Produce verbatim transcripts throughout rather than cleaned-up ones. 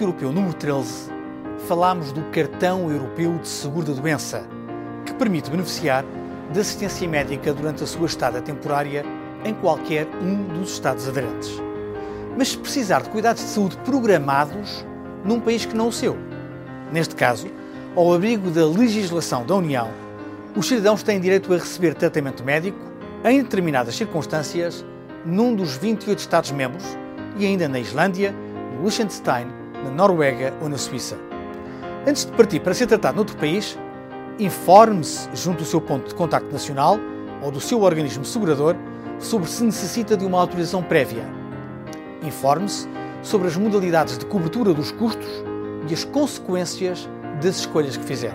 Parlamento Europeu número treze, falámos do Cartão Europeu de Seguro da Doença, que permite beneficiar de assistência médica durante a sua estada temporária em qualquer um dos Estados aderentes. Mas se precisar de cuidados de saúde programados num país que não o seu. Neste caso, ao abrigo da legislação da União, os cidadãos têm direito a receber tratamento médico em determinadas circunstâncias num dos vinte e oito Estados-membros e ainda na Islândia, no Liechtenstein, na Noruega ou na Suíça. Antes de partir para ser tratado noutro país, informe-se junto do seu ponto de contacto nacional ou do seu organismo segurador sobre se necessita de uma autorização prévia. Informe-se sobre as modalidades de cobertura dos custos e as consequências das escolhas que fizer.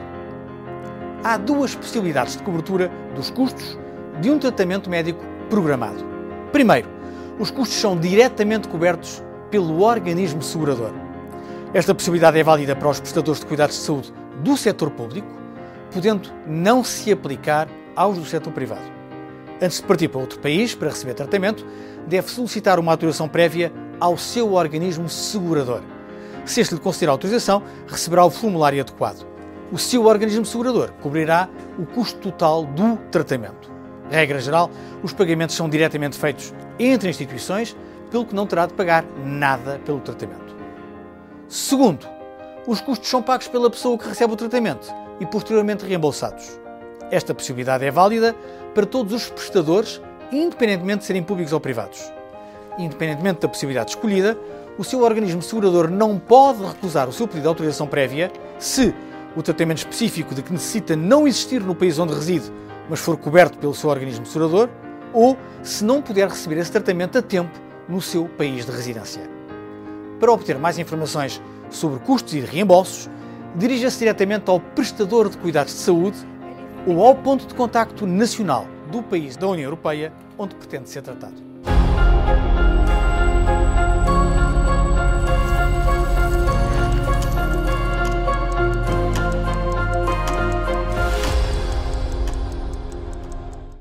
Há duas possibilidades de cobertura dos custos de um tratamento médico programado. Primeiro, os custos são diretamente cobertos pelo organismo segurador. Esta possibilidade é válida para os prestadores de cuidados de saúde do setor público, podendo não se aplicar aos do setor privado. Antes de partir para outro país para receber tratamento, deve solicitar uma autorização prévia ao seu organismo segurador. Se este lhe conceder a autorização, receberá o formulário adequado. O seu organismo segurador cobrirá o custo total do tratamento. Regra geral, os pagamentos são diretamente feitos entre instituições, pelo que não terá de pagar nada pelo tratamento. Segundo, os custos são pagos pela pessoa que recebe o tratamento e posteriormente reembolsados. Esta possibilidade é válida para todos os prestadores, independentemente de serem públicos ou privados. Independentemente da possibilidade escolhida, o seu organismo segurador não pode recusar o seu pedido de autorização prévia se o tratamento específico de que necessita não existir no país onde reside, mas for coberto pelo seu organismo segurador, ou se não puder receber esse tratamento a tempo no seu país de residência. Para obter mais informações sobre custos e reembolsos, dirija-se diretamente ao prestador de cuidados de saúde ou ao ponto de contacto nacional do país da União Europeia onde pretende ser tratado.